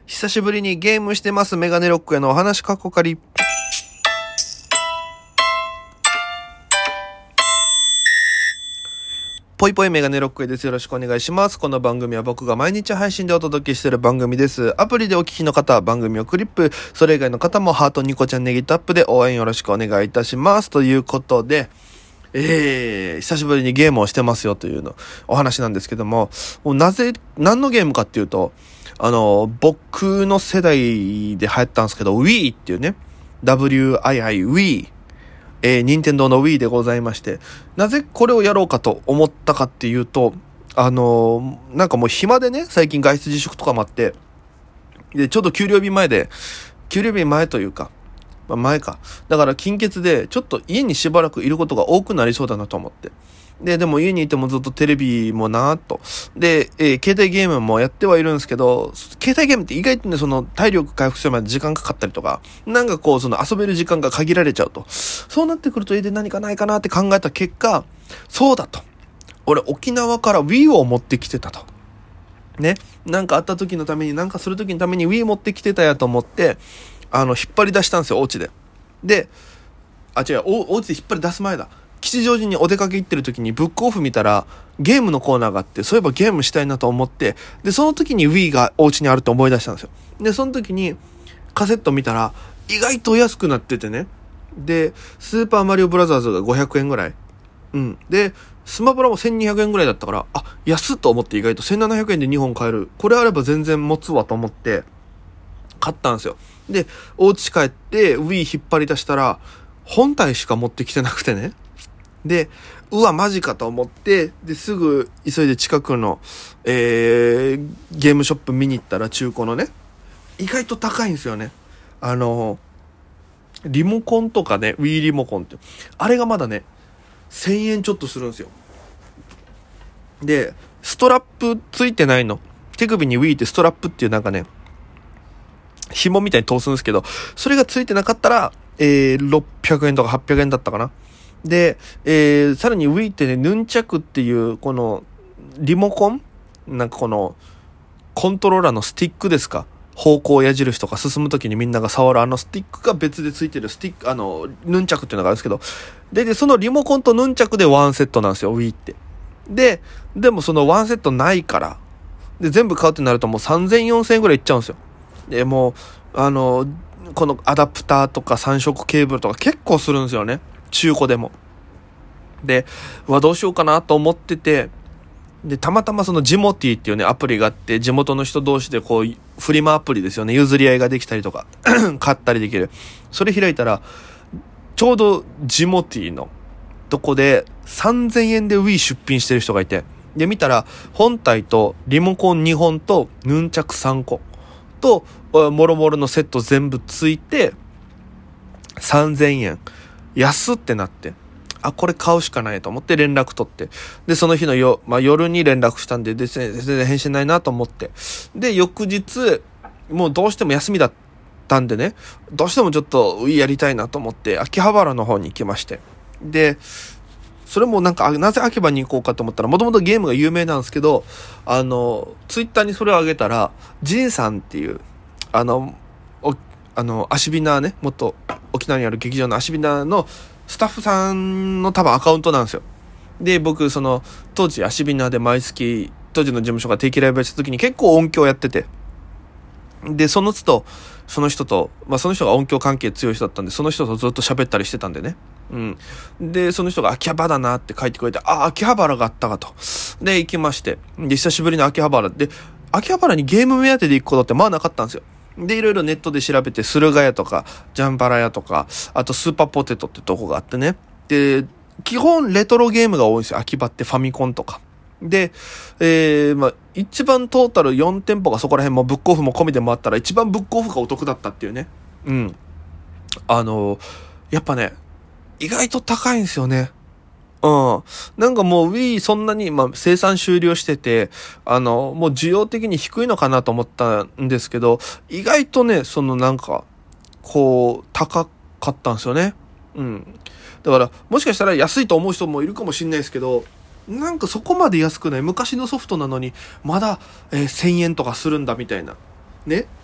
久しぶりにゲームしてます。メガネロックへのお話かっこかり。ぽいぽいメガネロックへです。よろしくお願いします。この番組は僕が毎日配信でお届けしている番組です。アプリでお聞きの方は番組をクリップ、それ以外の方もハートニコちゃんネギタップで応援よろしくお願いいたします。ということで、久しぶりにゲームをしてますよというお話なんですけども、何のゲームかっていうと、僕の世代で流行ったんですけど、Wii っていうね、Wii、任天堂の Wii でございまして、なぜこれをやろうかと思ったかっていうと、なんかもう暇でね、最近外出自粛とかもあって、で、ちょっと給料日前というか、前か。だから金欠で、ちょっと家にしばらくいることが多くなりそうだなと思って。でも家にいてもずっとテレビもなーっと。で、携帯ゲームもやってはいるんですけど、携帯ゲームって意外とね、体力回復するまで時間かかったりとか、なんか遊べる時間が限られちゃうと。そうなってくると家で何かないかなって考えた結果、そうだと。俺沖縄から Wii を持ってきてたと。ね。なんかあった時のために、なんかする時のために Wii 持ってきてたやと思って、引っ張り出したんですよ、お家で。で、お家で引っ張り出す前だ。吉祥寺にお出かけ行ってる時にブックオフ見たらゲームのコーナーがあって、そういえばゲームしたいなと思って、で、その時に Wii がお家にあると思い出したんですよ。で、その時にカセット見たら意外と安くなっててね。で、スーパーマリオブラザーズが500円ぐらい。で、スマブラも1200円ぐらいだったから、安っと思って意外と1700円で2本買える。これあれば全然持つわと思って買ったんですよ。で、お家帰って Wii 引っ張り出したら本体しか持ってきてなくてね。で、うわマジかと思って、ですぐ急いで近くの、ゲームショップ見に行ったら、中古のね、意外と高いんですよね。リモコンとかね、Wii リモコンって、あれがまだね1000円ちょっとするんですよ。で、ストラップついてないの。手首に Wii ってストラップっていうなんかね、紐みたいに通すんですけど、それがついてなかったら、600円とか800円だったかな。で、さらに Wii ってね、ヌンチャクっていう、この、リモコンなんかコントローラーのスティックですか、方向矢印とか進むときにみんなが触るスティックが別でついてるヌンチャクっていうのがあるんですけど、で、そのリモコンとヌンチャクでワンセットなんですよ、Wii って。でもそのワンセットないから、で、全部買うってなるともう3000、4000円ぐらいいっちゃうんですよ。で、もう、このアダプターとか3色ケーブルとか結構するんですよね。中古でも。で、どうしようかなと思ってて、で、たまたまジモティっていうね、アプリがあって、地元の人同士でフリマアプリですよね、譲り合いができたりとか、買ったりできる。それ開いたら、ちょうどジモティのとこで3000円で Wii 出品してる人がいて、で、見たら、本体とリモコン2本とヌンチャク3個と、もろもろのセット全部ついて、3000円。安ってなって、これ買うしかないと思って連絡取って、で、その日の夜に連絡したんで、全然返信ないなと思って、で、翌日、もうどうしても休みだったんでね、どうしてもちょっとやりたいなと思って、秋葉原の方に行きまして、で、それもなぜ秋葉に行こうかと思ったら、もともとゲームが有名なんですけど、ツイッターにそれを上げたら、ジンさんっていう、アシビナーね、元沖縄にある劇場のアシビナーのスタッフさんの多分アカウントなんですよ。で、僕当時アシビナーで毎月当時の事務所が定期ライブやった時に結構音響やってて、でその都度その人と、その人が音響関係強い人だったんで、その人とずっと喋ったりしてたんでね。で、その人が秋葉原だなって書いてくれて、秋葉原があったかと。で、行きまして。で、久しぶりの秋葉原で、秋葉原にゲーム目当てで行くことってなかったんですよ。で、いろいろネットで調べて、駿河屋とか、ジャンバラ屋とか、あとスーパーポテトってとこがあってね。で、基本レトロゲームが多いんですよ。秋葉ってファミコンとか。で、一番トータル4店舗がそこら辺もブックオフも込みでもあったら、一番ブックオフがお得だったっていうね。やっぱね、意外と高いんですよね。なんかもう Wii そんなに、生産終了してて、もう需要的に低いのかなと思ったんですけど、意外とね、高かったんですよね。だから、もしかしたら安いと思う人もいるかもしれないですけど、なんかそこまで安くない。昔のソフトなのに、まだ、1000円とかするんだみたいな。ね。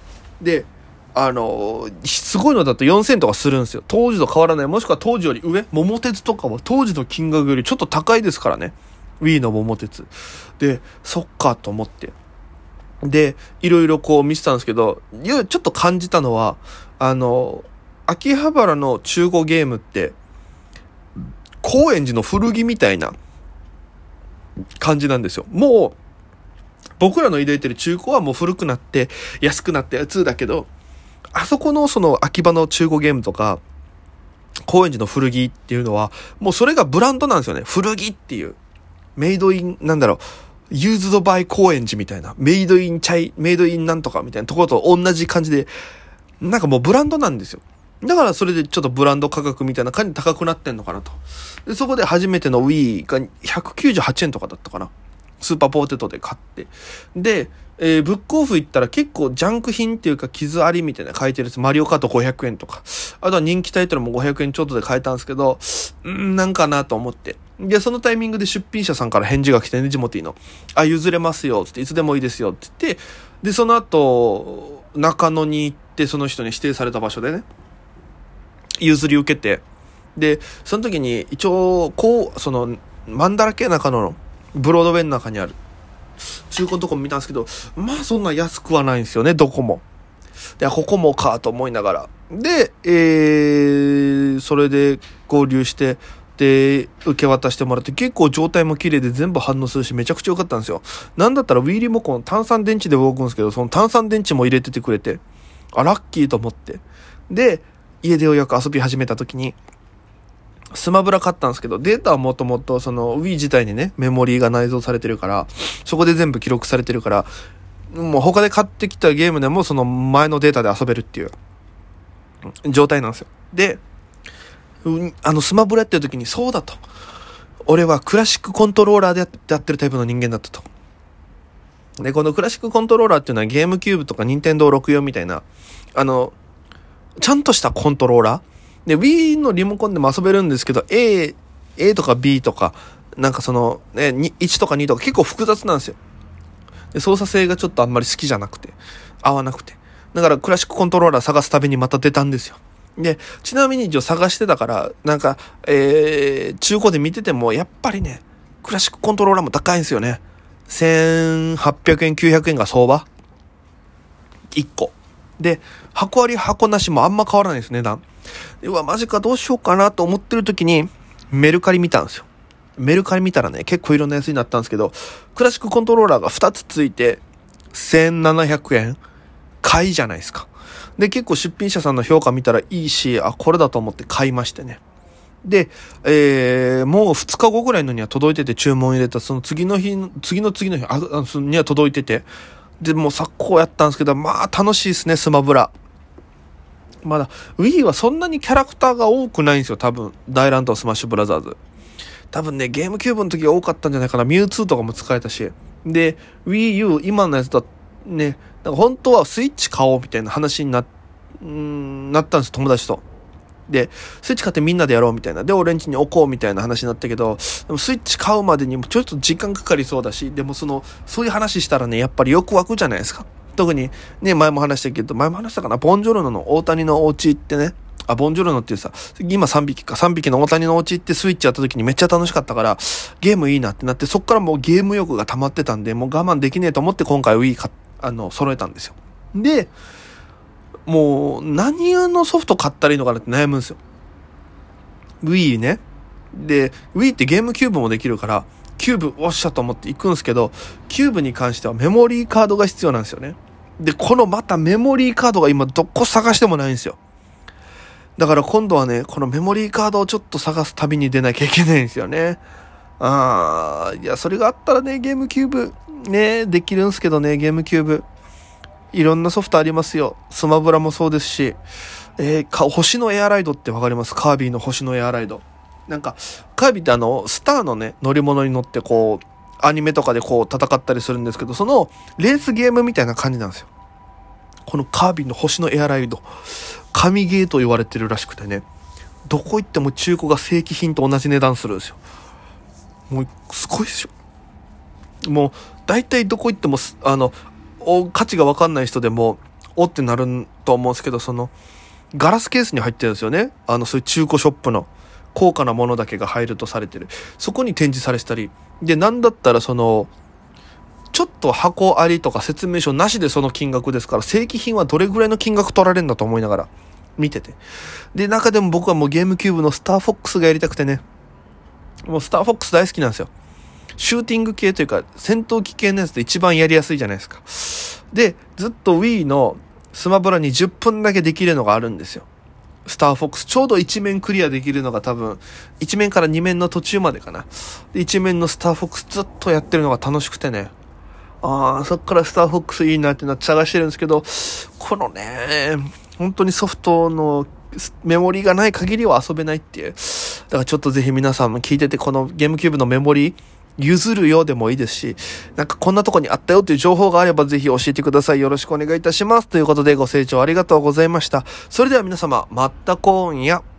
で、すごいのだと4000とかするんですよ。当時と変わらない。もしくは当時より上。桃鉄とかは当時の金額よりちょっと高いですからね。Wii の桃鉄。で、そっかと思って。で、いろいろこう見てたんですけど、ちょっと感じたのは、秋葉原の中古ゲームって、高円寺の古着みたいな感じなんですよ。もう、僕らの抱いてる中古はもう古くなって、安くなったやつだけど、あそこのその秋葉の中古ゲームとか、高円寺の古着っていうのは、もうそれがブランドなんですよね。古着っていう。メイドイン、ユーズドバイ高円寺みたいな。メイドインなんとかみたいなところと同じ感じで、なんかもうブランドなんですよ。だからそれでちょっとブランド価格みたいな感じで高くなってんのかなと。で、そこで初めての Wii が198円とかだったかな。スーパーポテトで買って。で、ブックオフ行ったら結構ジャンク品っていうか傷ありみたいな書いてるやつ、マリオカート500円とか、あとは人気タイトルも500円ちょっとで買えたんですけど、なんかなと思って。で、そのタイミングで出品者さんから返事が来てね、ジモティの。譲れますよ、つって、いつでもいいですよ、って言って、で、その後、中野に行って、その人に指定された場所でね、譲り受けて、で、その時に一応、マンだらけ中野の、ブロードウェイの中にある中古のとこも見たんですけど、まあそんな安くはないんですよね、どこも。で、ここもかと思いながら。で、それで合流して、で、受け渡してもらって、結構状態も綺麗で全部反応するし、めちゃくちゃ良かったんですよ。なんだったらウィーリモコン炭酸電池で動くんですけど、その炭酸電池も入れててくれて、ラッキーと思って。で、家でようやく遊び始めた時に、スマブラ買ったんですけど、データはもともとその Wii 自体にね、メモリーが内蔵されてるから、そこで全部記録されてるから、もう他で買ってきたゲームでもその前のデータで遊べるっていう状態なんですよ。で、スマブラやってる時にそうだと。俺はクラシックコントローラーでやってるタイプの人間だったと。で、このクラシックコントローラーっていうのはゲームキューブとか任天堂64みたいな、ちゃんとしたコントローラーで、Wii のリモコンでも遊べるんですけど、A とか B とか、なんかその、ね、1とか2とか結構複雑なんですよ。で、操作性がちょっとあんまり好きじゃなくて、合わなくて。だからクラシックコントローラー探すたびにまた出たんですよ。で、ちなみに一応探してたから、なんか、中古で見てても、やっぱりね、クラシックコントローラーも高いんですよね。1800円、900円が相場。1個。で、箱あり箱なしもあんま変わらないです、値段。マジかどうしようかなと思ってる時に、メルカリ見たんですよ。メルカリ見たらね、結構いろんな安いになったんですけど、クラシックコントローラーが2つついて、1700円買いじゃないですか。で、結構出品者さんの評価見たらいいし、これだと思って買いましてね。で、もう2日後ぐらいのには届いてて注文入れた、その次の日には届いてて、で、もう昨今やったんですけど、まあ楽しいですね、スマブラ。まだ Wii はそんなにキャラクターが多くないんですよ、多分。大乱闘スマッシュブラザーズ。多分ね、ゲームキューブの時が多かったんじゃないかな。ミュウツーとかも使えたし。で、Wii U、今のやつだね、なんか本当はスイッチ買おうみたいな話になったんです、友達と。で、スイッチ買ってみんなでやろうみたいな。で、俺ん家に置こうみたいな話になったけど、でもスイッチ買うまでにもちょっと時間かかりそうだし、でもそういう話したらね、やっぱりよく湧くじゃないですか。特にね、前も話したかな、ボンジョルノの大谷のお家行ってね、ボンジョルノっていうさ、今3匹の大谷のお家行ってスイッチやった時にめっちゃ楽しかったから、ゲームいいなってなって、そっからもうゲーム欲が溜まってたんで、もう我慢できねえと思って今回 Wii 揃えたんですよ。で、もう何のソフト買ったらいいのかなって悩むんですよ。Wii ね。で、Wii ってゲームキューブもできるから、キューブおっしゃと思って行くんですけど、キューブに関してはメモリーカードが必要なんですよね。で、このまたメモリーカードが今どこ探してもないんですよ。だから今度はね、このメモリーカードをちょっと探す旅に出なきゃいけないんですよね。いや、それがあったらね、ゲームキューブ、ね、できるんですけどね、ゲームキューブ。いろんなソフトありますよ。スマブラもそうですし、星のエアライドってわかります？カービィの星のエアライド。なんか、カービィってスターのね、乗り物に乗ってこう、アニメとかでこう戦ったりするんですけど、そのレースゲームみたいな感じなんですよ。このカービィの星のエアライド。神ゲーと言われてるらしくてね。どこ行っても中古が正規品と同じ値段するんですよ。もう、すごいですよ。もう、大体どこ行っても、価値がわかんない人でも、 おってなると思うんですけど、ガラスケースに入ってるんですよね。そういう中古ショップの高価なものだけが入るとされてる。そこに展示されてたり。で、なんだったらちょっと箱ありとか説明書なしでその金額ですから、正規品はどれぐらいの金額取られるんだと思いながら見てて。で、中でも僕はもうゲームキューブのスターフォックスがやりたくてね。もうスターフォックス大好きなんですよ。シューティング系というか、戦闘機系のやつで一番やりやすいじゃないですか。で、ずっと Wii のスマブラに10分だけできるのがあるんですよ。スターフォックス。ちょうど1面クリアできるのが多分、1面から2面の途中までかな。で、1面のスターフォックスずっとやってるのが楽しくてね。そっからスターフォックスいいなってなって探してるんですけど、このね、本当にソフトのメモリがない限りは遊べないっていう。だからちょっとぜひ皆さんも聞いてて、このゲームキューブのメモリ譲るようでもいいですし、なんかこんなとこにあったよっていう情報があればぜひ教えてください。よろしくお願いいたします。ということでご清聴ありがとうございました。それでは皆様、また今夜。